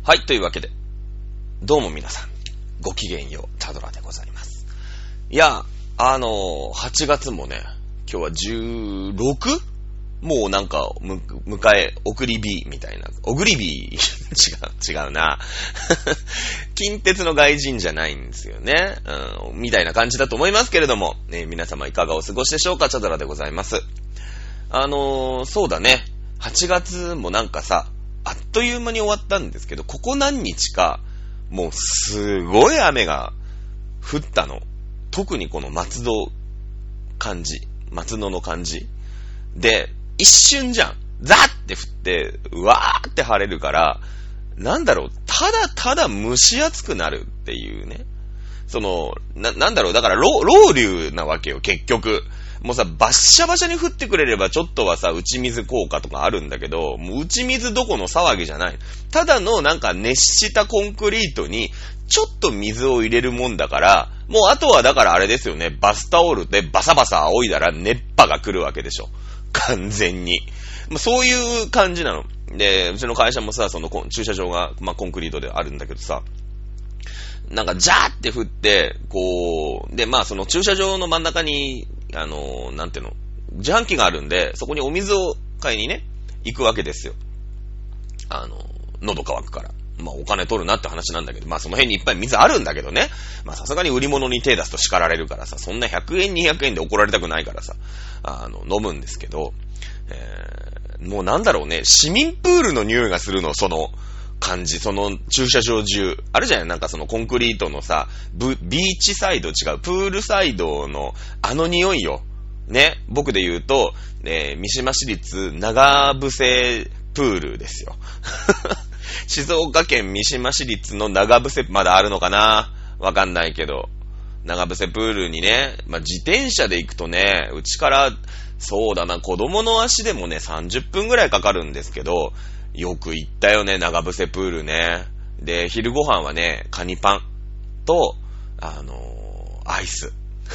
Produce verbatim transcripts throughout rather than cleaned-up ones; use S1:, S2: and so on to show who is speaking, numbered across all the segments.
S1: はい、というわけで、どうも皆さん、ごきげんよう、チャドラでございます。いや、あのー、はちがつもね、今日は じゅうろく？ もうなんか、む、迎え、送り火みたいな。送り火違う、違うな。近鉄の外人じゃないんですよね。うん、みたいな感じだと思いますけれども、ね、皆様いかがお過ごしでしょうか？チャドラでございます。あのー、そうだね。はちがつもなんかさ、あっという間に終わったんですけど、ここ何日か、もうすごい雨が降ったの。特にこの松戸感じ。松戸の感じ。で、一瞬じゃん。ザーって降って、うわーって晴れるから、なんだろう、ただただ蒸し暑くなるっていうね。その、な、なんだろう、だから、ロウリュなわけよ、結局。もうさ、バッシャバシャに降ってくれればちょっとはさ、打ち水効果とかあるんだけど、もう打ち水どこの騒ぎじゃない。ただのなんか熱したコンクリートに、ちょっと水を入れるもんだから、もうあとはだからあれですよね、バスタオルでバサバサ仰いだら熱波が来るわけでしょ。完全に。まあ、そういう感じなの。で、うちの会社もさ、その駐車場が、まあ、コンクリートであるんだけどさ、なんかジャーって降って、こう、で、まあその駐車場の真ん中に、あの、なんていうの、自販機があるんで、そこにお水を買いにね、行くわけですよ。あの、喉乾くから。まあお金取るなって話なんだけど、まあその辺にいっぱい水あるんだけどね。まあさすがに売り物に手出すと叱られるからさ、そんなひゃくえんにひゃくえんで怒られたくないからさ、あの、飲むんですけど、えー、もうなんだろうね、市民プールの匂いがするの、その感じ、その駐車場中。あるじゃない、なんかそのコンクリートのさ、ビーチサイド違う、プールサイドのあの匂いよ。ね、僕で言うと、えー、三島市立長伏プールですよ。静岡県三島市立の長伏、まだあるのかな？わかんないけど。長伏プールにね、まあ、自転車で行くとね、うちから、そうだな、子供の足でもね、さんじゅっぷんぐらいかかるんですけど、よく行ったよね、長伏プールね。で、昼ご飯はね、カニパンと、あのー、アイス。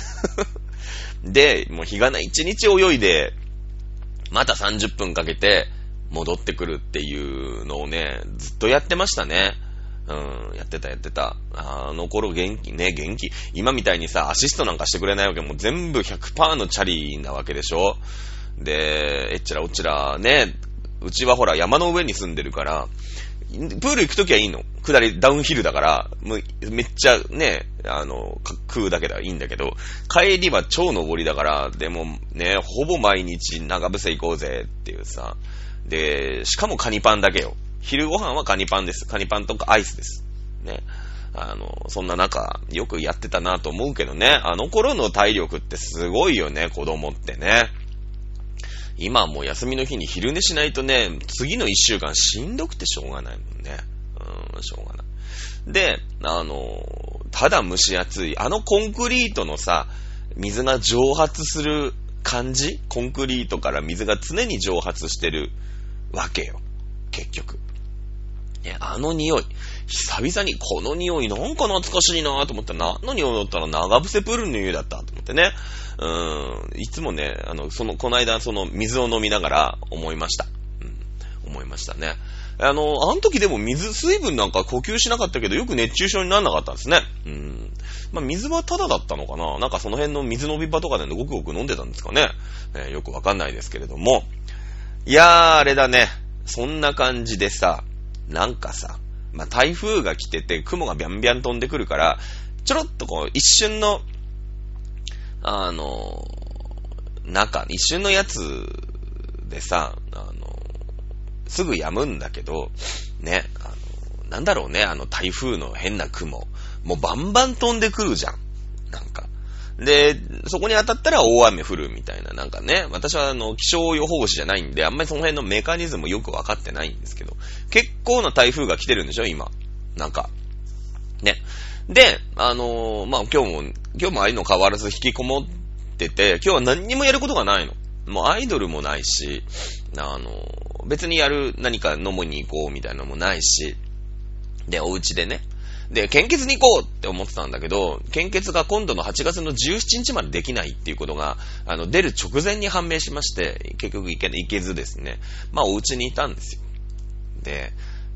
S1: で、もう日がない一日泳いで、またさんじゅっぷんかけて戻ってくるっていうのをね、ずっとやってましたね。うん、やってたやってた。あの頃元気ね、元気。今みたいにさ、アシストなんかしてくれないわけ。もう全部 ひゃくパーセント のチャリなわけでしょ。で、えっちらおっちらね、うちはほら山の上に住んでるから、プール行くときはいいの。下り、ダウンヒルだから、もうめっちゃね、あの、食うだけではいいんだけど、帰りは超登りだから、でもね、ほぼ毎日長伏行こうぜっていうさ。で、しかもカニパンだけよ。昼ご飯はカニパンです。カニパンとかアイスです。ね。あの、そんな中、よくやってたなと思うけどね、あの頃の体力ってすごいよね、子供ってね。今はもう休みの日に昼寝しないとね、次の一週間しんどくてしょうがないもんね。うん、しょうがない。で、あの、ただ蒸し暑い、あのコンクリートのさ、水が蒸発する感じ？コンクリートから水が常に蒸発してるわけよ。結局。ね、あの匂い。久々にこの匂いなんか懐かしいなと思ったら、何の匂いだったら長伏プールの匂いだったと思ってね。うーん、いつもね、あの、その、この間、その、水を飲みながら思いました。うん、思いましたね。あの、あの時でも水、水分なんか呼吸しなかったけど、よく熱中症にならなかったんですね。うん。まあ、水はタダだったのかな？なんかその辺の水飲み場とかでごくごく飲んでたんですかね。えー、よくわかんないですけれども。いやー、あれだね。そんな感じでさ、なんかさ、まあ、台風が来てて、雲がビャンビャン飛んでくるから、ちょろっとこう、一瞬の、あの、中、一瞬のやつでさ、あの、すぐ止むんだけど、ね、あの、なんだろうね、あの台風の変な雲。もうバンバン飛んでくるじゃん。なんか。で、そこに当たったら大雨降るみたいな、なんかね、私はあの、気象予報士じゃないんで、あんまりその辺のメカニズムよくわかってないんですけど、結構な台風が来てるんでしょ、今。なんか。ね。で、あのー、まあ、今日も、今日もああいうの変わらず引きこもってて、今日は何にもやることがないの。もうアイドルもないし、あのー、別にやる何か飲むに行こうみたいなのもないし、で、お家でね。で、献血に行こうって思ってたんだけど、献血が今度のはちがつのじゅうしちにちまでできないっていうことが、あの、出る直前に判明しまして、結局行け、行けずですね。まあ、お家にいたんですよ。で、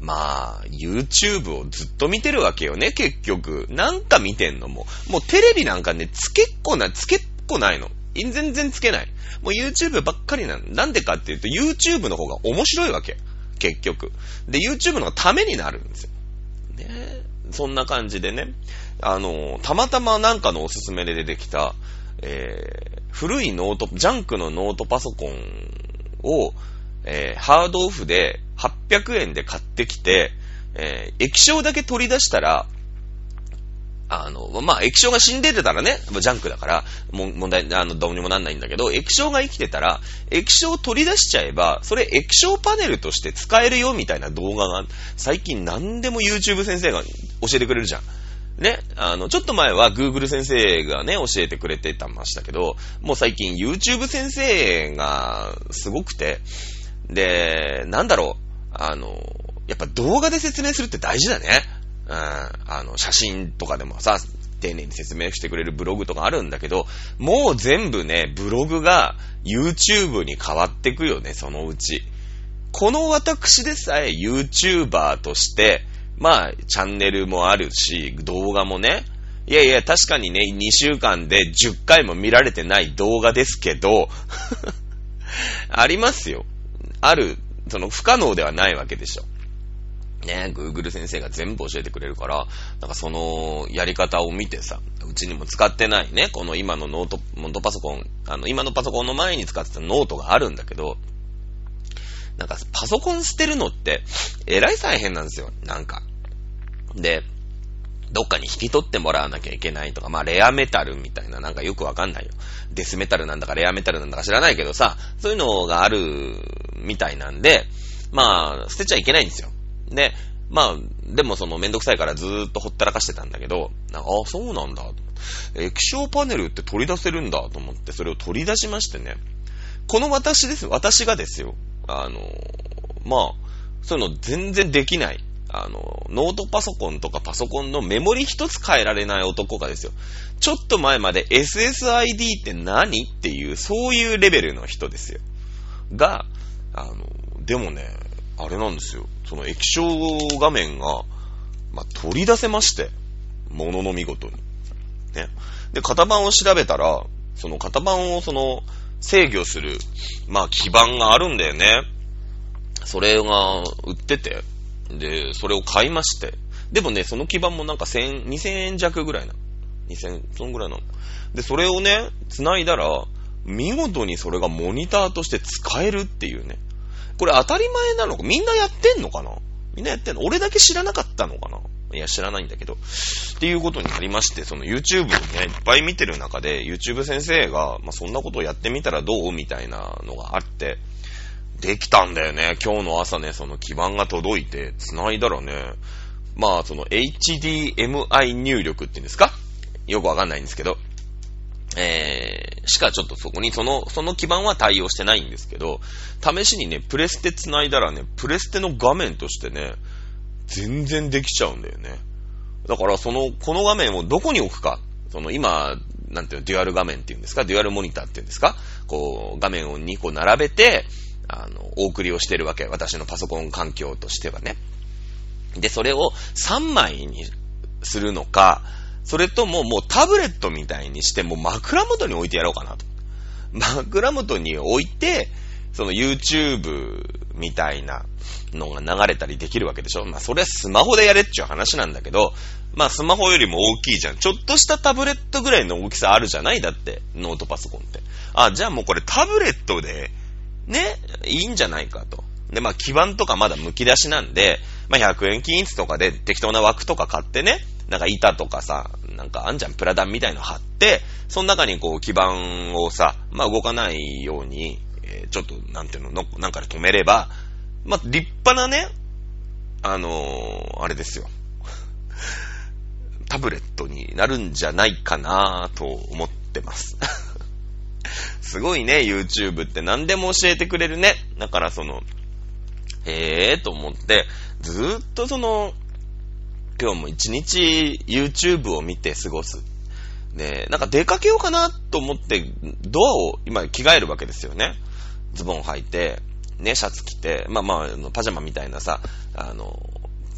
S1: まあ、YouTube をずっと見てるわけよね、結局。なんか見てんのも。もうテレビなんかね、つけっこな、つけっこないの。全然つけない。もう YouTube ばっかりなの。なんでかっていうと、YouTube の方が面白いわけ。結局。で、YouTube のためになるんですよ。ね。そんな感じでね。あの、たまたまなんかのおすすめで出てきた、えー、古いノート、ジャンクのノートパソコンを、えー、ハードオフではっぴゃくえんで買ってきて、えー、液晶だけ取り出したら、あの、まあ、液晶が死んでてたらね、ジャンクだから、も問題、あの、どうにもなんないんだけど、液晶が生きてたら、液晶を取り出しちゃえば、それ液晶パネルとして使えるよみたいな動画が、最近何でも YouTube 先生が教えてくれるじゃん。ね、あの、ちょっと前は Google 先生がね、教えてくれてたましたけど、もう最近 YouTube 先生がすごくて、で、なんだろう、あの、やっぱ動画で説明するって大事だね。うん、あの、写真とかでもさ、丁寧に説明してくれるブログとかあるんだけど、もう全部ね、ブログが YouTube に変わってくよね、そのうち。この私でさえ YouTuber として、まあ、チャンネルもあるし、動画もね、いやいや、確かにね、にしゅうかんでじゅっかいも見られてない動画ですけど、ありますよ。ある、その不可能ではないわけでしょ。ね、Google 先生が全部教えてくれるから、なんかそのやり方を見てさ、うちにも使ってないね、この今のノート、ノートパソコン、あの、今のパソコンの前に使ってたノートがあるんだけど、なんかパソコン捨てるのって、えらい大変なんですよ、なんか。で、どっかに引き取ってもらわなきゃいけないとか、まあレアメタルみたいな、なんかよくわかんないよ。デスメタルなんだかレアメタルなんだか知らないけどさ、そういうのがあるみたいなんで、まあ、捨てちゃいけないんですよ。で、まあ、でもそのめんどくさいからずーっとほったらかしてたんだけど、なんか、ああ、そうなんだ。液晶パネルって取り出せるんだと思って、それを取り出しましてね。この私です、私がですよ。あの、まあ、そういうの全然できない。あの、ノートパソコンとかパソコンのメモリ一つ変えられない男がですよ。ちょっと前まで エスエスアイディー って何っていう、そういうレベルの人ですよ。が、あの、でもね、あれなんですよ。その液晶画面が、まあ、取り出せまして、ものの見事に。ね。で、型番を調べたら、その型番をその、制御する、まあ、基板があるんだよね。それが売ってて、で、それを買いまして。でもね、その基板もなんか千、にせんえん弱ぐらいな。にせん、そんぐらいなの。で、それをね、繋いだら、見事にそれがモニターとして使えるっていうね。これ当たり前なのかみんなやってんのかなみんなやってんの俺だけ知らなかったのかないや、知らないんだけど。っていうことになりまして、その YouTube をね、いっぱい見てる中で、YouTube 先生が、まあ、そんなことをやってみたらどうみたいなのがあって、できたんだよね。今日の朝ね、その基板が届いて、繋いだらね、まあ、その エイチディーエムアイ 入力って言うんですかよくわかんないんですけど、えー、しかちょっとそこにその、その基板は対応してないんですけど、試しにね、プレステ繋いだらね、プレステの画面としてね、全然できちゃうんだよね。だからその、この画面をどこに置くか、その今、なんていうの、デュアル画面っていうんですか、デュアルモニターっていうんですか、こう、画面をにこ並べて、あの、お送りをしてるわけ。私のパソコン環境としてはね。で、それをさんまいにするのか、それとももうタブレットみたいにしてもう枕元に置いてやろうかなと。枕元に置いて、その YouTube みたいなのが流れたりできるわけでしょ。まあそれはスマホでやれっちゅう話なんだけど、まあスマホよりも大きいじゃん。ちょっとしたタブレットぐらいの大きさあるじゃないだって、ノートパソコンって。あ、じゃあもうこれタブレットで、ね、いいんじゃないかと。で、まあ基板とかまだ剥き出しなんで、まあひゃくえん均一とかで適当な枠とか買ってね、なんか板とかさ、なんかあんじゃん、プラダンみたいの貼って、その中にこう基板をさ、まあ動かないように、えー、ちょっとなんていうの、のなんかで止めれば、まあ立派なね、あのー、あれですよ。タブレットになるんじゃないかなと思ってます。すごいね、YouTube って何でも教えてくれるね。だからその、へーと思って、ずーっとその、今日も一日 YouTube を見て過ごす。で、なんか出かけようかなと思って、ドアを今着替えるわけですよね。ズボン履いて、ね、シャツ着て、まあまあ、パジャマみたいなさ、あの、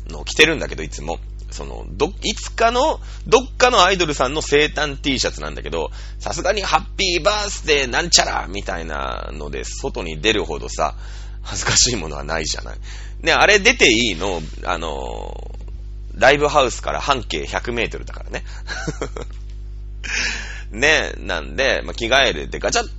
S1: のを着てるんだけど、いつも。その、ど、いつかの、どっかのアイドルさんの生誕 T シャツなんだけど、さすがにハッピーバースデーなんちゃらみたいなので、外に出るほどさ、恥ずかしいものはないじゃない。ね、あれ出ていいの、あの、ライブハウスから半径ひゃくメートルだからね。ね、なんで、まあ、着替えるでガチャって、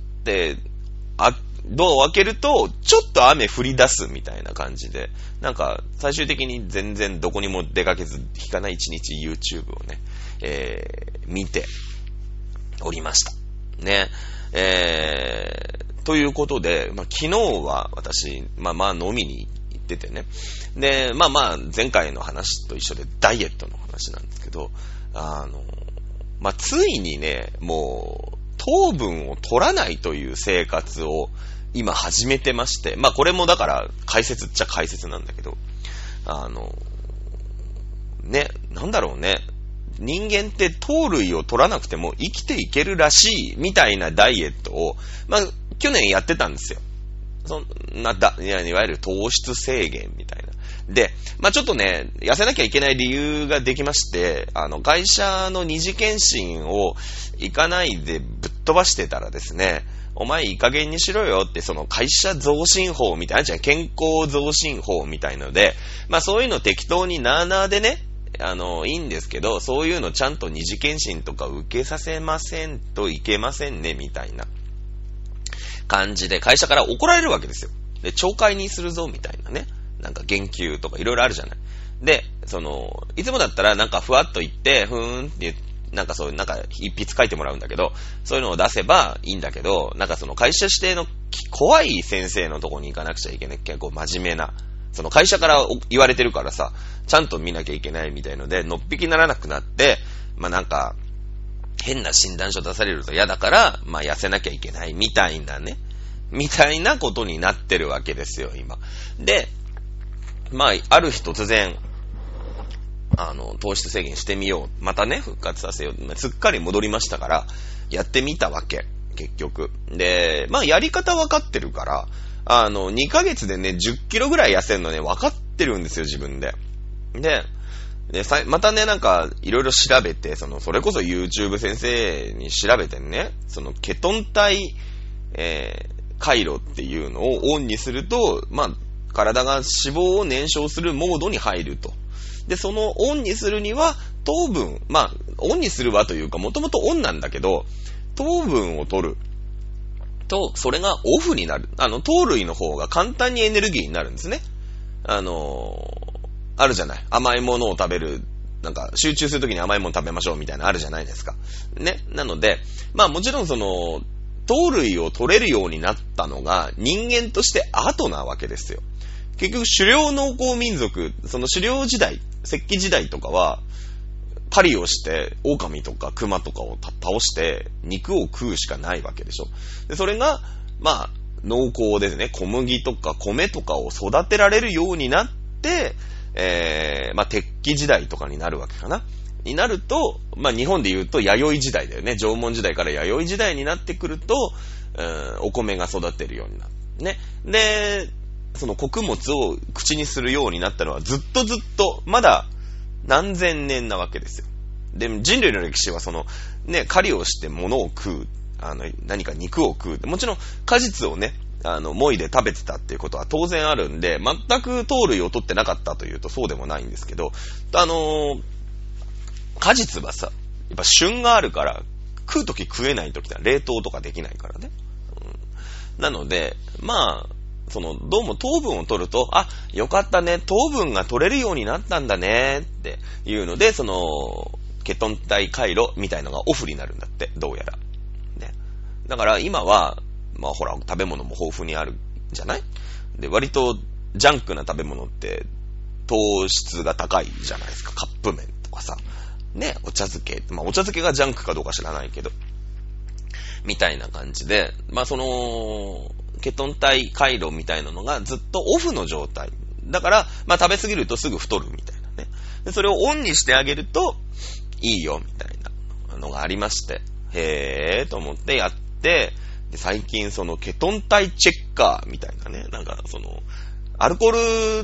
S1: あ、ドアを開けると、ちょっと雨降り出すみたいな感じで、なんか、最終的に全然どこにも出かけず、引かない一日 YouTube をね、えー、見ておりました。ね。えー、ということで、まあ、昨日は私、まあまあ飲みに行っててね。で、まあまあ前回の話と一緒でダイエットの話なんですけど、あの、まあついにね、もう、糖分を取らないという生活を今始めてまして、まあこれもだから解説っちゃ解説なんだけど、あの、ね、なんだろうね、人間って糖類を取らなくても生きていけるらしいみたいなダイエットを、まあ去年やってたんですよ。そんなだ、いわゆる糖質制限みたいな。で、まあちょっとね、痩せなきゃいけない理由ができまして、あの、会社の二次検診を行かないでぶっ飛ばしてたらですね、お前いい加減にしろよって、その会社増進法みたいなじゃん、健康増進法みたいので、まあそういうの適当になーなーでね、あの、いいんですけど、そういうのちゃんと二次検診とか受けさせませんといけませんね、みたいな感じで会社から怒られるわけですよ。で、懲戒にするぞ、みたいなね。なんか言及とかいろいろあるじゃない。で、その、いつもだったらなんかふわっと言って、ふーんって言って、なんかそういうなんか一筆書いてもらうんだけど、そういうのを出せばいいんだけど、なんかその会社指定の怖い先生のとこに行かなくちゃいけない、結構真面目な、その会社から言われてるからさ、ちゃんと見なきゃいけないみたいので、のっぴきならなくなって、まあなんか、変な診断書出されると嫌だから、まあ痩せなきゃいけないみたいなね、みたいなことになってるわけですよ、今。で、まあ、ある日突然、あの、糖質制限してみよう。またね、復活させよう。すっかり戻りましたから、やってみたわけ。結局。で、まあ、やり方分かってるから、あの、にかげつでね、じゅっキロぐらい痩せるのね、分かってるんですよ、自分で。で、で、さ、またね、なんか、いろいろ調べて、その、それこそ YouTube 先生に調べてね、その、ケトン体、えー、回路っていうのをオンにすると、まあ、体が脂肪を燃焼するモードに入ると。で、そのオンにするには、糖分、まあ、オンにするはというか、もともとオンなんだけど、糖分を取ると、それがオフになる。あの、糖類の方が簡単にエネルギーになるんですね。あのー、あるじゃない。甘いものを食べる。なんか、集中するときに甘いもの食べましょうみたいなのあるじゃないですか。ね。なので、まあもちろんその、糖類を取れるようになったのが人間として後なわけですよ。結局狩猟農耕民族、その狩猟時代、石器時代とかは、狩りをして、狼とか熊とかを倒して、肉を食うしかないわけでしょ。で、それが、まあ、農耕ですね、小麦とか米とかを育てられるようになって、えー、まあ、鉄器時代とかになるわけかな。になると、まあ、日本で言うと弥生時代だよね。縄文時代から弥生時代になってくると、うん、お米が育てるようになる。ね。で、その穀物を口にするようになったのはずっとずっと、まだ何千年なわけですよ。で、人類の歴史はその、ね、狩りをして物を食う、あの、何か肉を食う。もちろん果実をね、あの、もいで食べてたっていうことは当然あるんで、全く糖類を取ってなかったというとそうでもないんですけど、あのー、果実はさ、やっぱ旬があるから、食うとき食えないときは冷凍とかできないからね。うん、なので、まあ、その、どうも糖分を取ると、あ、よかったね、糖分が取れるようになったんだね、っていうので、その、ケトン体回路みたいのがオフになるんだって、どうやら。ね。だから今は、まあほら、食べ物も豊富にあるじゃない？で、割とジャンクな食べ物って、糖質が高いじゃないですか。カップ麺とかさ。ね、お茶漬け。まあお茶漬けがジャンクかどうか知らないけど。みたいな感じで、まあその、ケトン体回路みたいなのがずっとオフの状態。だから、まあ食べ過ぎるとすぐ太るみたいなね。でそれをオンにしてあげるといいよみたいなのがありまして、へーと思ってやって、で最近そのケトン体チェッカーみたいなね、なんかその、アルコール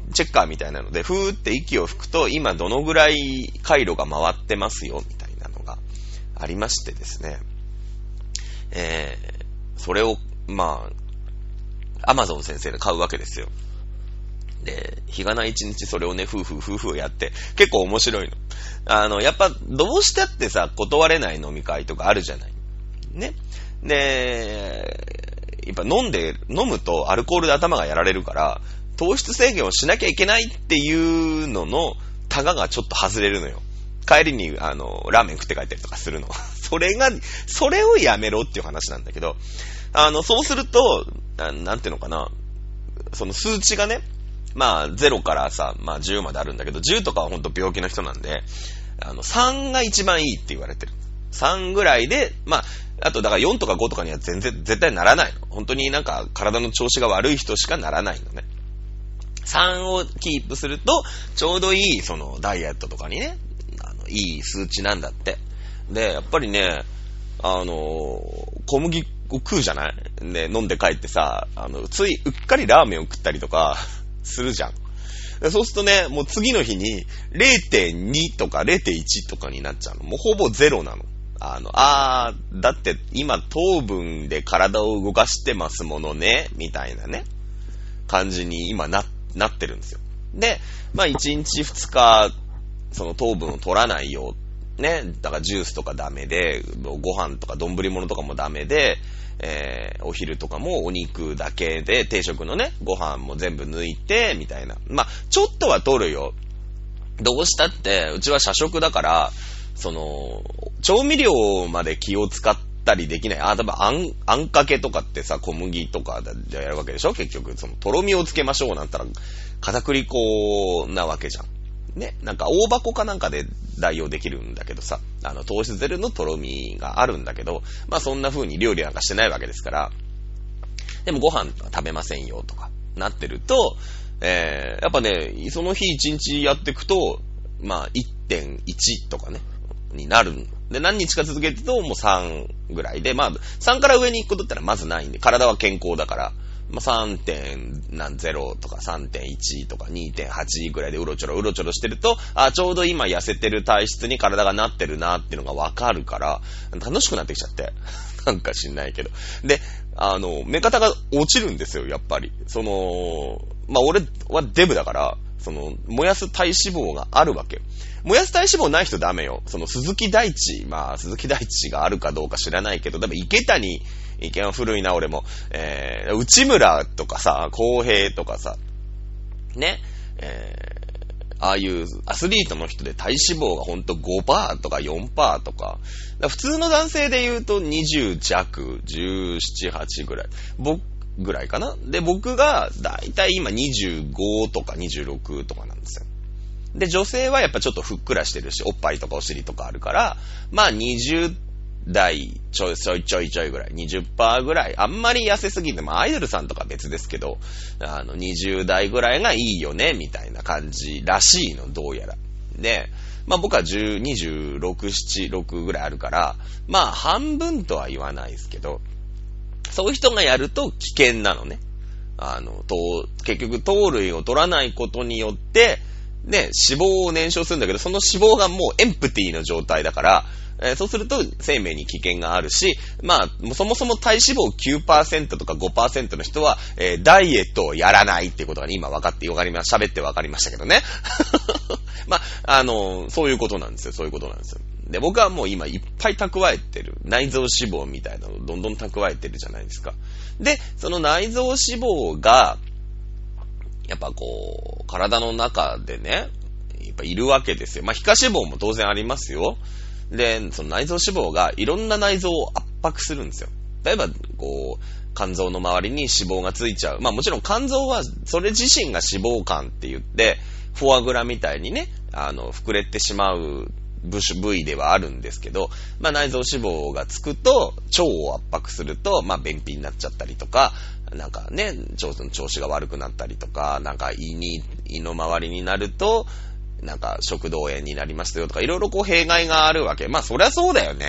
S1: チェッカーみたいなので、ふーって息を吹くと、今どのぐらい回路が回ってますよ、みたいなのがありましてですね。えー、それを、まあ、アマゾン先生で買うわけですよ。で、日がない一日それをね、夫婦夫婦をやって、結構面白いの。あの、やっぱ、どうしたってさ、断れない飲み会とかあるじゃない。ね。で、やっぱ飲んで、飲むとアルコールで頭がやられるから、糖質制限をしなきゃいけないっていうのの、タガがちょっと外れるのよ。帰りに、あの、ラーメン食って帰ったりとかするの。それが、それをやめろっていう話なんだけど、あの、そうすると、な、なんていうのかな、その数値がね、まあ、ゼロからさ、まあじゅうまであるんだけど、じゅうとかは本当病気の人なんで、あの、さんが一番いいって言われてる。さんぐらいで、まあ、あとだからよんとかごとかには全然、絶対ならないの。本当になんか体の調子が悪い人しかならないのね。さんをキープすると、ちょうどいい、その、ダイエットとかにね、あの、いい数値なんだって。で、やっぱりね、あの、小麦を食うじゃない？で、飲んで帰ってさ、あの、つい、うっかりラーメンを食ったりとか、するじゃん。そうするとね、もう次の日に れいてんに とか れいてんいち とかになっちゃうの。もうほぼゼロなの。あの、あー、だって今糖分で体を動かしてますものね、みたいなね、感じに今な、なってるんですよ。で、まあいちにちふつか、その糖分を取らないよ。ね。だからジュースとかダメで、ご飯とか丼物とかもダメで、えー、お昼とかもお肉だけで、定食のね、ご飯も全部抜いて、みたいな。まあ、ちょっとは取るよ。どうしたって、うちは社食だから、その、調味料まで気を使ったりできない。あ、多分あん、あんかけとかってさ、小麦とかでやるわけでしょ？結局、その、とろみをつけましょうなんたら、片栗粉なわけじゃん。ね。なんか、大箱かなんかで代用できるんだけどさ、あの、糖質ゼロのとろみがあるんだけど、まあそんな風に料理なんかしてないわけですから、でもご飯は食べませんよとか、なってると、えー、やっぱね、その日一日やっていくと、まあ いってんいち とかね、になる。で、何日か続けてるともうさんぐらいで、まあさんから上に行くことってのはまずないんで、体は健康だから、まあ、さんてんゼロ とか さんてんいち とか にてんはち ぐらいでうろちょろうろちょろしてると、あ、ちょうど今痩せてる体質に体がなってるなっていうのがわかるから、楽しくなってきちゃって。なんか知んないけど。で、あの、目方が落ちるんですよ、やっぱり。その、まあ、俺はデブだから、その、燃やす体脂肪があるわけ。燃やす体脂肪ない人ダメよ。その、鈴木大地、まあ、鈴木大地があるかどうか知らないけど、多分池谷、池は古いな、俺も。えー、内村とかさ、公平とかさ、ね、えー、ああいうアスリートの人で体脂肪がほんと ごパーセント とか よんパーセント とか、普通の男性で言うとにじゅう弱、じゅうなな、はちぐらい。僕ぐらいかな。で、僕がだいたい今にじゅうごとかにじゅうろくとかなんですよ。で、女性はやっぱちょっとふっくらしてるし、おっぱいとかお尻とかあるから、まあにじゅう代ちょいちょいちょいちょいぐらい、にじゅっパーセント ぐらい、あんまり痩せすぎて、まあアイドルさんとか別ですけど、あのにじゅう代ぐらいがいいよね、みたいな感じらしいの、どうやら。で、まあ僕はじゅう、にじゅうろく、なな、ろくぐらいあるから、まあ半分とは言わないですけど、そういう人がやると危険なのね。あの、と、結局糖類を取らないことによって、ね、脂肪を燃焼するんだけど、その脂肪がもうエンプティの状態だから、えー、そうすると生命に危険があるし、まあ、そもそも体脂肪 きゅうパーセント とか ごパーセント の人は、えー、ダイエットをやらないっていうことが、ね、今分かって、わかりま、喋って分かりましたけどね。まあ、あの、そういうことなんですよ、そういうことなんですよ。で、僕はもう今いっぱい蓄えてる。内臓脂肪みたいなのをどんどん蓄えてるじゃないですか。で、その内臓脂肪が、やっぱこう、体の中でね、やっぱいるわけですよ。まあ、皮下脂肪も当然ありますよ。で、その内臓脂肪がいろんな内臓を圧迫するんですよ。例えば、こう、肝臓の周りに脂肪がついちゃう。まあもちろん肝臓はそれ自身が脂肪肝って言って、フォアグラみたいにね、あの、膨れてしまう部首部位ではあるんですけど、まあ内臓脂肪がつくと、腸を圧迫すると、まあ便秘になっちゃったりとか、なんかね、腸の調子が悪くなったりとか、なんか胃に、胃の周りになると、なんか食道炎になりましたよとか、いろいろこう弊害があるわけ。まあそりゃそうだよね。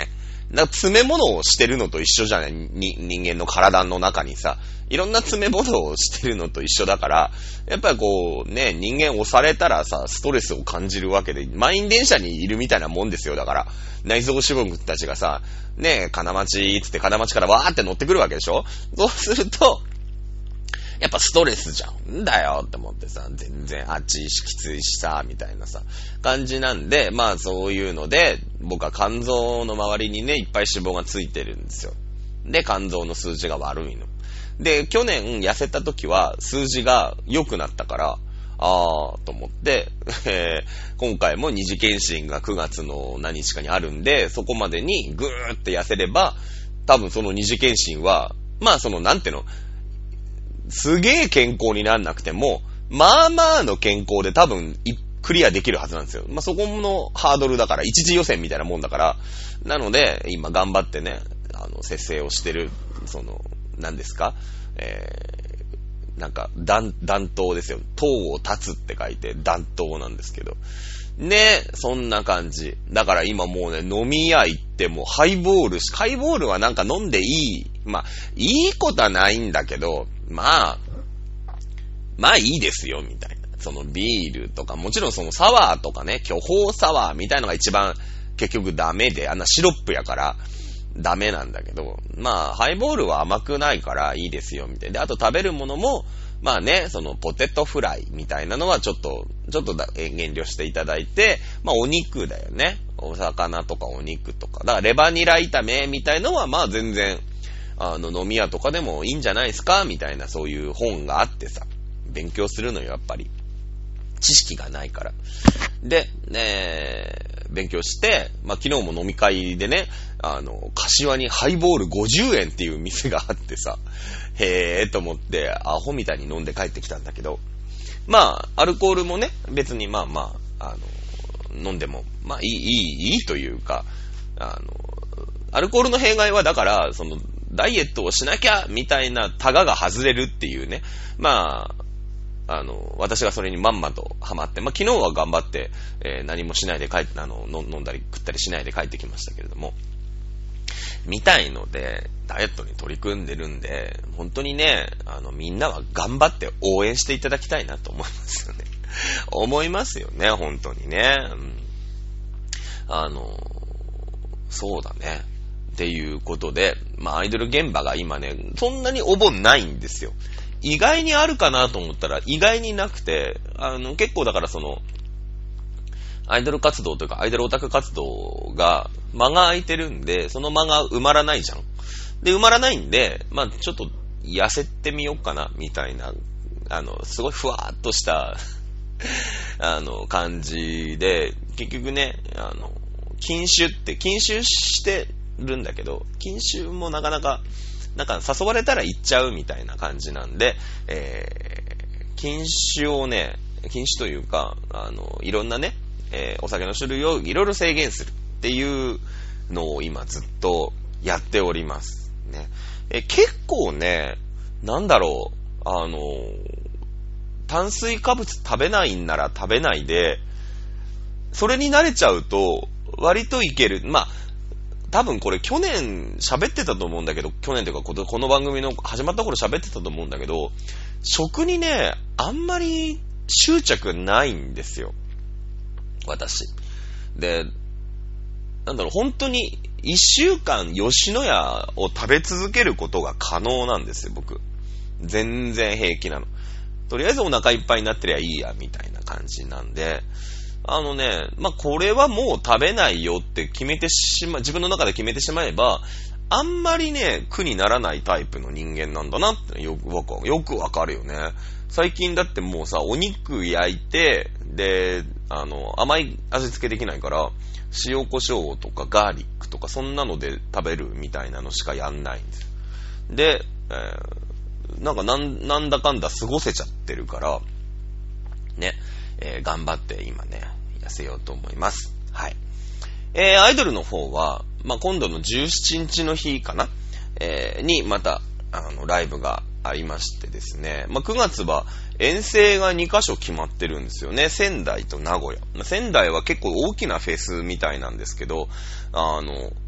S1: なんか詰め物をしてるのと一緒じゃないに人間の体の中にさ、いろんな詰め物をしてるのと一緒だから、やっぱりこうね、人間押されたらさ、ストレスを感じるわけで、満員電車にいるみたいなもんですよ。だから、内臓脂肪たちがさ、ね、金町つって金町からわーって乗ってくるわけでしょ。そうすると、やっぱストレスじゃん。んだよって思ってさ、全然あっちきついしさ、みたいなさ、感じなんで、まあそういうので、僕は肝臓の周りにね、いっぱい脂肪がついてるんですよ。で、肝臓の数字が悪いの。で、去年痩せた時は数字が良くなったから、あーと思って、えー、今回も二次検診がくがつの何日かにあるんで、そこまでにぐーって痩せれば、多分その二次検診は、まあそのなんていうの、すげえ健康になんなくても、まあまあの健康で多分クリアできるはずなんですよ。まあそこのハードルだから、一次予選みたいなもんだから、なので、今頑張ってね、あの、節制をしてる、その、何ですか、えー、なんか、弾、弾頭ですよ。塔を立つって書いて、弾頭なんですけど。ね、そんな感じ。だから今もうね、飲み屋行ってもハイボールし、ハイボールはなんか飲んでいい。まあ、いいことはないんだけど、まあ、まあいいですよ、みたいな。そのビールとか、もちろんそのサワーとかね、巨峰サワーみたいなのが一番結局ダメで、あんなシロップやからダメなんだけど、まあ、ハイボールは甘くないからいいですよ、みたいな。で、あと食べるものも、まあね、そのポテトフライみたいなのはちょっと、ちょっとだ減量していただいて、まあお肉だよね。お魚とかお肉とか。だからレバニラ炒めみたいのはまあ全然、あの飲み屋とかでもいいんじゃないですかみたいなそういう本があってさ、勉強するのよ、やっぱり。知識がないから。で、ね、勉強して、まあ昨日も飲み会でね、あの、柏にハイボールごじゅうえんっていう店があってさ、へーと思って、アホみたいに飲んで帰ってきたんだけど、まあ、アルコールもね、別にまあまあ、あの、飲んでも、まあいい、いい、いいというか、あの、アルコールの弊害はだから、その、ダイエットをしなきゃ、みたいなタガが外れるっていうね、まあ、あの、私がそれにまんまとハマって、まあ昨日は頑張って、えー、何もしないで帰って、あの、飲んだり食ったりしないで帰ってきましたけれども、みたいので、ダイエットに取り組んでるんで、本当にね、あの、みんなは頑張って応援していただきたいなと思いますよね。思いますよね、本当にね。うん、あの、そうだね。っていうことで、まあ、アイドル現場が今ね、そんなにお盆ないんですよ。意外にあるかなと思ったら、意外になくて、あの、結構だからその、アイドル活動というか、アイドルオタク活動が、間が空いてるんで、その間が埋まらないじゃん。で、埋まらないんで、まあちょっと、痩せてみようかな、みたいな、あの、すごいふわーっとした、あの、感じで、結局ね、あの、禁酒って、禁酒してるんだけど、禁酒もなかなか、なんか誘われたら行っちゃうみたいな感じなんで、えー、禁酒をね、禁酒というか、あの、いろんなね、えー、お酒の種類をいろいろ制限するっていうのを今ずっとやっておりますね。えー、結構ね、なんだろう、あの炭水化物食べないんなら食べないで、それに慣れちゃうと割といける。まあ多分これ去年喋ってたと思うんだけど、去年というかこの、この番組の始まった頃喋ってたと思うんだけど、食にねあんまり執着ないんですよ。私。で、なんだろう、本当に一週間吉野家を食べ続けることが可能なんですよ、僕。全然平気なの。とりあえずお腹いっぱいになってりゃいいや、みたいな感じなんで、あのね、まあ、これはもう食べないよって決めてしま、自分の中で決めてしまえば、あんまりね、苦にならないタイプの人間なんだなってよくわかる、よくわかるよね。最近だってもうさ、お肉焼いて、で、あの、甘い味付けできないから、塩コショウとかガーリックとかそんなので食べるみたいなのしかやんないんですよ。で、えー、なんかなん、なんだかんだ過ごせちゃってるから、ね、えー、頑張って今ね、痩せようと思います。はい。えー、アイドルの方は、まあ、今度のじゅうしちにちの日かな、えー、にまた、あの、ライブがありましてですね。まあ、くがつは遠征がにかしょ決まってるんですよね。仙台と名古屋。仙台は結構大きなフェスみたいなんですけど、あの、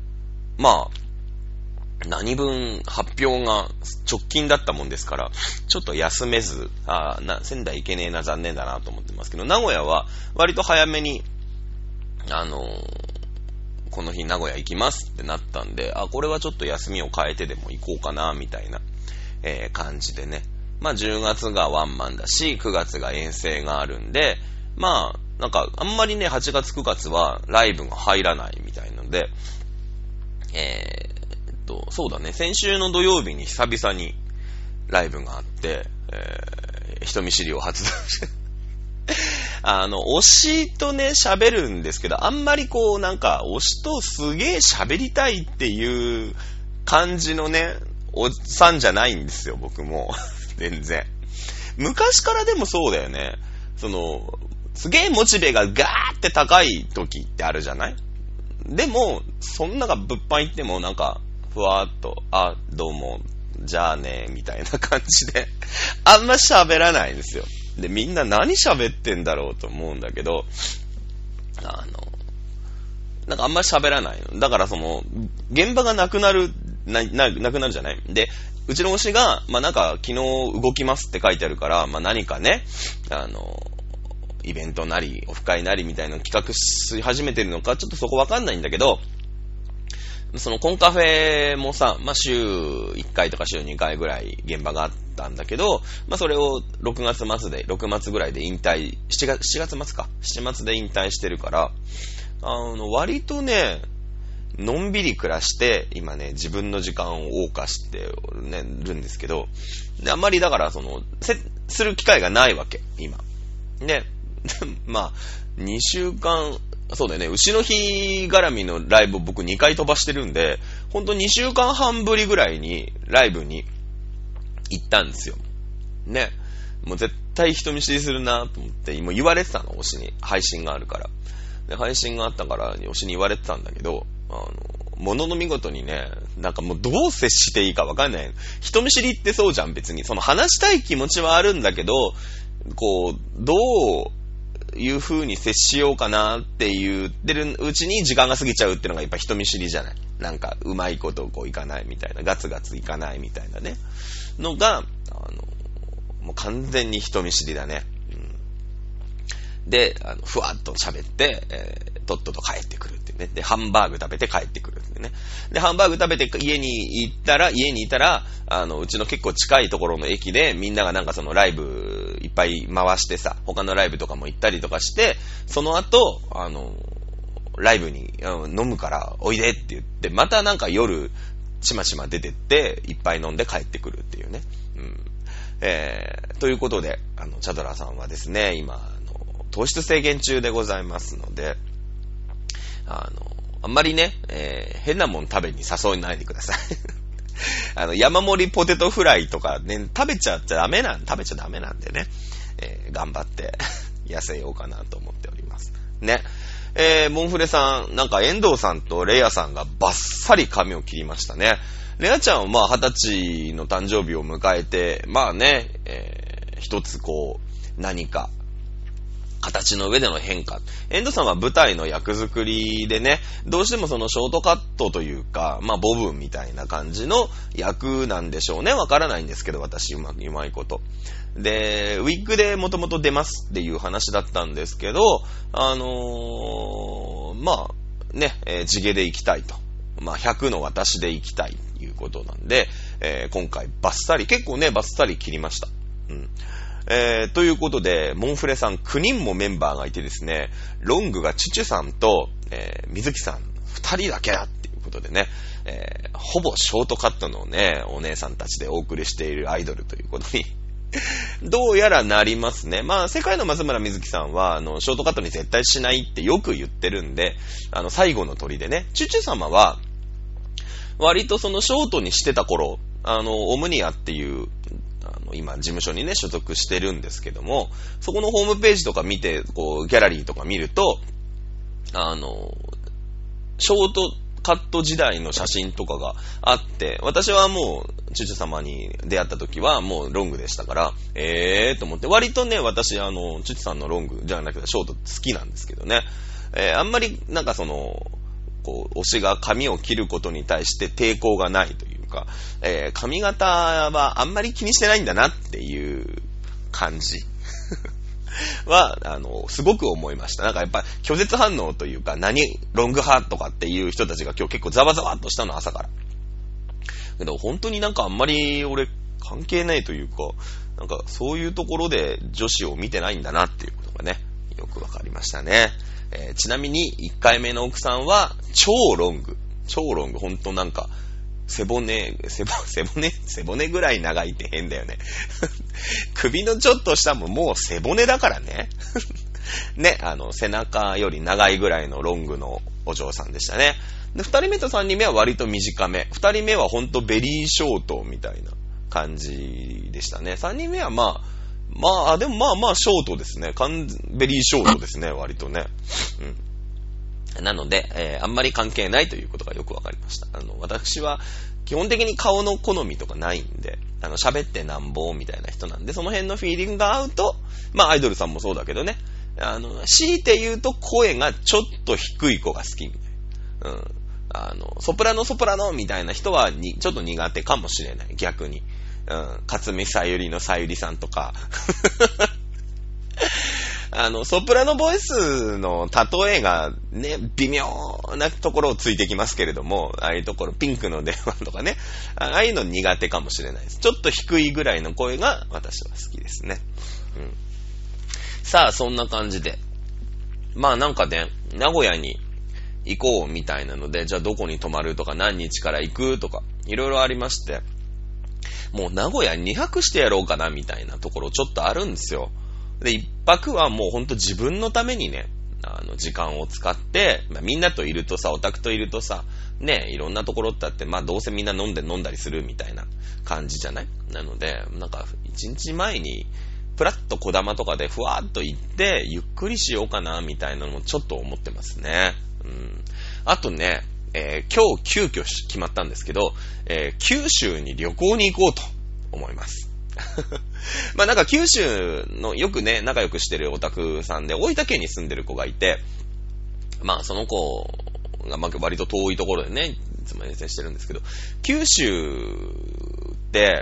S1: まあ、何分発表が直近だったもんですから、ちょっと休めず、あな仙台行けねえな、残念だなと思ってますけど、名古屋は割と早めに、あのー、この日名古屋行きますってなったんで、あ、これはちょっと休みを変えてでも行こうかな、みたいな、えー、感じでね。まあじゅうがつがワンマンだし、くがつが遠征があるんで、まあ、なんかあんまりね、はちがつくがつはライブが入らないみたいなので、えー、っと、そうだね、先週の土曜日に久々にライブがあって、えー、人見知りを発動して、あの、推しとね、喋るんですけど、あんまりこう、なんか、推しとすげえ喋りたいっていう感じのね、おっさんじゃないんですよ、僕も。全然。昔からでもそうだよね。その、すげえモチベがガーって高い時ってあるじゃない？でも、そんなが物販行ってもなんか、ふわーっと、あ、どうも、じゃあね、みたいな感じで、あんま喋らないんですよ。で、みんな何喋ってんだろうと思うんだけど、あの、なんかあんまり喋らないの。だからその、現場がなくなる、な、な、なくなるじゃない？で、うちの推しが、まあ、なんか昨日動きますって書いてあるから、まあ、何かね、あの、イベントなり、オフ会なりみたいなのを企画し始めてるのか、ちょっとそこわかんないんだけど、そのコンカフェもさ、まあ、週いっかいとか週にかいぐらい現場があったんだけど、まあ、それをろくがつ末で、ろくがつぐらいで引退、しちがつ、しちがつ末か、しちがつで引退してるから、あの、割とね、のんびり暮らして、今ね、自分の時間を謳歌して、ね、るんですけど、で、あんまりだから、その、せ、する機会がないわけ、今。で、まあ、にしゅうかん、そうだよね、牛の日絡みのライブを僕にかい飛ばしてるんで、ほんとにしゅうかんはんぶりぐらいにライブに行ったんですよ。ね。もう絶対人見知りするなと思って、今言われてたの、推しに。配信があるから。で、配信があったから、推しに言われてたんだけど、あの、ものの見事にね、なんかもうどう接していいかわかんない。人見知りってそうじゃん、別に。その話したい気持ちはあるんだけど、こう、どう、いう風に接しようかなって言ってるうちに時間が過ぎちゃうっていうのがやっぱ人見知りじゃない。なんかうまいことこういかないみたいな、ガツガツいかないみたいなねのが、あのもう完全に人見知りだね。うん、で、あのふわっと喋って、えー、とっとと帰ってくるっていうね。で、ハンバーグ食べて帰ってくるっていうね。で、ハンバーグ食べて家に行ったら、家にいたら、あの、うちの結構近いところの駅でみんながなんかそのライブいっぱい回してさ、他のライブとかも行ったりとかして、その後、あの、ライブに、うん、飲むからおいでって言って、またなんか夜、ちまちま出てって、いっぱい飲んで帰ってくるっていうね。うん。えー、ということで、あの、チャドラさんはですね、今、あの、糖質制限中でございますので、あの、あんまりね、えー、変なもん食べに誘いないでください。あの、山盛りポテトフライとかね、食べちゃっちゃダメなん、食べちゃダメなんでね、えー、頑張って痩せようかなと思っております。ね。えー、モンフレさん、なんか遠藤さんとレイヤさんがバッサリ髪を切りましたね。レイヤちゃんはまあはたちの誕生日を迎えて、まあね、えー、一つこう、何か、形の上での変化。遠藤さんは舞台の役作りでね、どうしてもそのショートカットというか、まあボブみたいな感じの役なんでしょうね。わからないんですけど、私うまくうまいこと。で、ウィッグでもともと出ますっていう話だったんですけど、あのー、まあね、えー、地毛で行きたいと。まあひゃくの私で行きたいということなんで、えー、今回バッサリ、結構ね、バッサリ切りました。うん。えー、ということで、モンフレさんきゅうにんもメンバーがいてですね、ロングがチュチュさんと、えー、水木さんふたりだけだっていうことでね、えー、ほぼショートカットのね、お姉さんたちでお送りしているアイドルということに、どうやらなりますね。まあ、世界の松村水木さんは、あの、ショートカットに絶対しないってよく言ってるんで、あの、最後の鳥でね、チュチュ様は、割とそのショートにしてた頃、あの、オムニアっていう、あの今事務所にね所属してるんですけども、そこのホームページとか見て、こうギャラリーとか見ると、あのショートカット時代の写真とかがあって、私はもうチュチュ様に出会った時はもうロングでしたから、えーと思って、割とね私あのチュチュさんのロングじゃなくてショート好きなんですけどね、えー、あんまりなんかそのこう、推しが髪を切ることに対して抵抗がないというか、えー、髪型はあんまり気にしてないんだなっていう感じは、あの、すごく思いました。なんかやっぱ拒絶反応というか、何、ロング派とかっていう人たちが今日結構ザワザワっとしたの、朝から。けど本当になんかあんまり俺関係ないというか、なんかそういうところで女子を見てないんだなっていうことがね、よくわかりましたね。えー、ちなみにいっかいめの奥さんは超ロング。超ロング。ほんとなんか、背骨、背骨、背骨、背骨ぐらい長いって変だよね。首のちょっと下ももう背骨だからね。ね、あの、背中より長いぐらいのロングのお嬢さんでしたね。で、二人目と三人目は割と短め。二人目はほんとベリーショートみたいな感じでしたね。三人目はまあ、まあ、でもまあまあショートですね。ベリーショートですね、割とね。うん。なので、えー、あんまり関係ないということがよくわかりました。あの、私は基本的に顔の好みとかないんで、あの、喋ってなんぼみたいな人なんで、その辺のフィーリングが合うと、まあアイドルさんもそうだけどね、あの、強いて言うと声がちょっと低い子が好きみたいな。うん。あの、ソプラノソプラノみたいな人はに、ちょっと苦手かもしれない、逆に。うん。勝見さゆりのさゆりさんとか。あの、ソプラノボイスの例えがね、微妙なところをついてきますけれども、ああいうところ、ピンクの電話とかね、ああいうの苦手かもしれないです。ちょっと低いぐらいの声が私は好きですね。うん。さあ、そんな感じで。まあなんかね、名古屋に行こうみたいなので、じゃあどこに泊まるとか何日から行くとか、いろいろありまして、もう名古屋にはくしてやろうかなみたいなところちょっとあるんですよ。で、一泊はもうほんと自分のためにね、あの、時間を使って、まあ、みんなといるとさ、オタクといるとさ、ね、いろんなところってあって、まあどうせみんな飲んで飲んだりするみたいな感じじゃない？なので、なんか一日前に、プラッと小玉とかでふわーっと行って、ゆっくりしようかな、みたいなのもちょっと思ってますね。うん。あとね、えー、今日急遽決まったんですけど、えー、九州に旅行に行こうと思います。まあなんか九州のよくね、仲良くしてるオタクさんで、大分県に住んでる子がいて、まあその子がまあ割と遠いところでね、いつも遠征してるんですけど、九州って、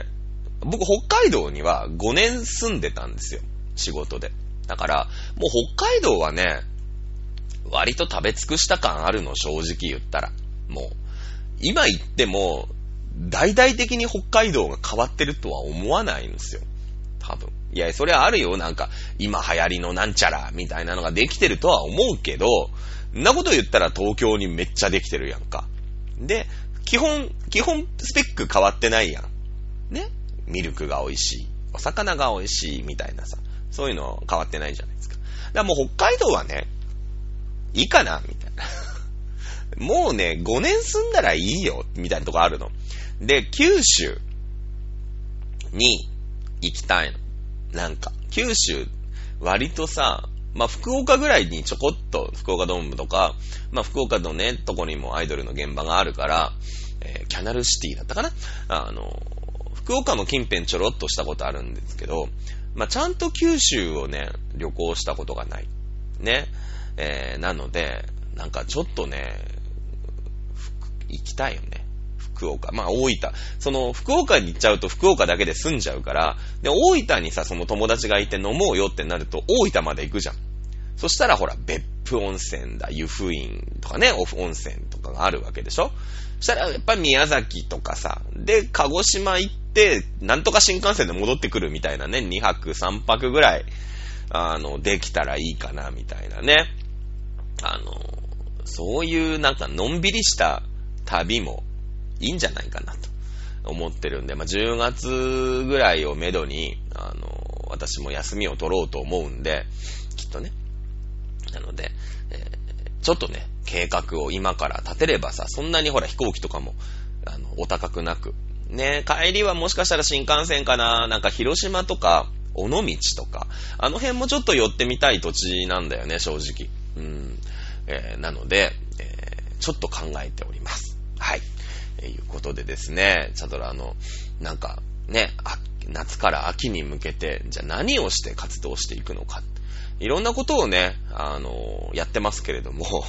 S1: 僕北海道にはごねん住んでたんですよ。仕事で。だから、もう北海道はね、割と食べ尽くした感あるの、正直言ったら。もう、今言っても、大々的に北海道が変わってるとは思わないんですよ。多分。いや、それはあるよ。なんか、今流行りのなんちゃら、みたいなのができてるとは思うけど、んなこと言ったら東京にめっちゃできてるやんか。で、基本、基本スペック変わってないやん。ね？ミルクが美味しい。お魚が美味しい。みたいなさ。そういうの変わってないじゃないですか。だからもう北海道はね、いいかなみたいな。もうね、ごねん住んだらいいよ。みたいなとこあるの。で、九州に行きたいの。なんか、九州、割とさ、まあ、福岡ぐらいにちょこっと、福岡ドームとか、まあ、福岡のね、とこにもアイドルの現場があるから、えー、キャナルシティだったかな？あの、福岡も近辺ちょろっとしたことあるんですけど、まあ、ちゃんと九州をね、旅行したことがない。ね。えー、なので、なんかちょっとね、行きたいよね。福岡。まあ、大分。その、福岡に行っちゃうと福岡だけで済んじゃうから、で、大分にさ、その友達がいて飲もうよってなると、大分まで行くじゃん。そしたらほら、別府温泉だ、湯布院とかね、オフ温泉とかがあるわけでしょ？そしたら、やっぱり宮崎とかさ、で、鹿児島行って、なんとか新幹線で戻ってくるみたいなね、にはくさんぱくぐらい、あの、できたらいいかな、みたいなね。あの、そういうなんかのんびりした旅もいいんじゃないかなと思ってるんで、まあ、じゅうがつぐらいをめどに、あの、私も休みを取ろうと思うんで、きっとね。なので、えー、ちょっとね、計画を今から立てればさ、そんなにほら飛行機とかも、あの、お高くなく。ね、帰りはもしかしたら新幹線かな、なんか広島とか、尾道とか、あの辺もちょっと寄ってみたい土地なんだよね、正直。うん。えー、なので、えー、ちょっと考えております。はい。ということでですね、チャドラの、なんか、ね、夏から秋に向けて、じゃあ何をして活動していくのか。いろんなことをね、あのー、やってますけれども、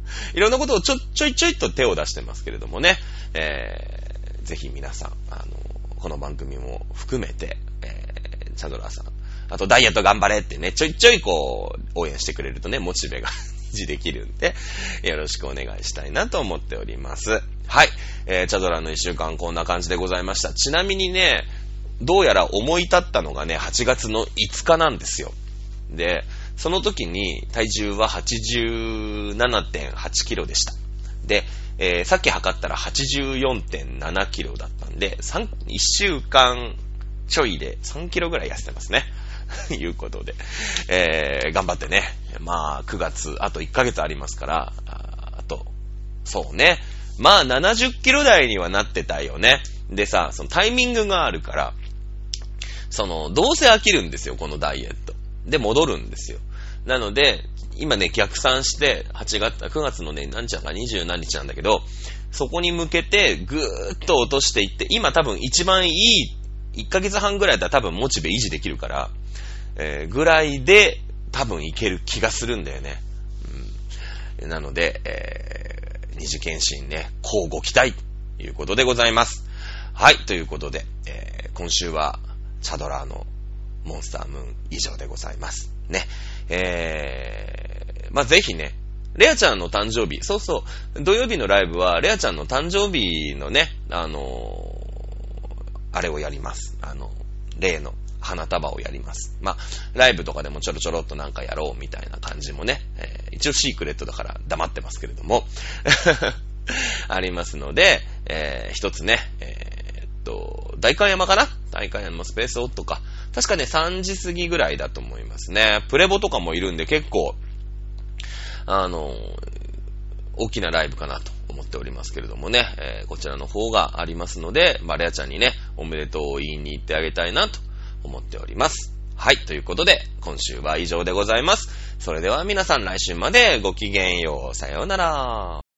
S1: いろんなことをちょ、ちょいちょいと手を出してますけれどもね、えー、ぜひ皆さん、あの、この番組も含めて、えー、チャドラーさん、あとダイエット頑張れってね、ちょいちょいこう、応援してくれるとね、モチベが維持できるんで、よろしくお願いしたいなと思っております。はい。えー、チャドラーの一週間こんな感じでございました。ちなみにね、どうやら思い立ったのがね、はちがつのいつかなんですよ。で、その時に体重は はちじゅうななてんはちキロでした。で、えー、さっき測ったら はちじゅうよんてんななキロだったんで、さん、いっしゅうかんちょいでさんキロぐらい痩せてますね。いうことで、えー、頑張ってね。まあ、くがつ、あといっかげつありますから、あ, あと、そうね。まあ、ななじゅっキロ台にはなってたよね。でさ、そのタイミングがあるから、その、どうせ飽きるんですよ、このダイエット。で、戻るんですよ。なので、今ね、逆算して、はちがつ、くがつのね、何日かにじゅう何日なんだけど、そこに向けて、ぐーっと落としていって、今多分一番いい、いっかげつはんぐらいだったら多分モチベ維持できるから、えー、ぐらいで多分いける気がするんだよね。うん、なので、えー、二次検診ね、こうご期待ということでございます。はい、ということで、えー、今週はチャドラーのモンスタームーン以上でございます。ね。えー、まあ、ぜひね、レアちゃんの誕生日、そうそう、土曜日のライブはレアちゃんの誕生日のね、あのー、あれをやります。あの、例の花束をやります。まあ、ライブとかでもちょろちょろっとなんかやろうみたいな感じもね、えー、一応シークレットだから黙ってますけれども、ありますので、えー、一つね、えー、っと、代官山かな代官山スペースオットか。確かね、さんじ過ぎぐらいだと思いますね。プレボとかもいるんで結構、あの、大きなライブかなと思っておりますけれどもね、えー、こちらの方がありますので、まあ、レアちゃんにね、おめでとうを言いに行ってあげたいなと思っております。はい、ということで、今週は以上でございます。それでは皆さん来週までごきげんよう。さようなら。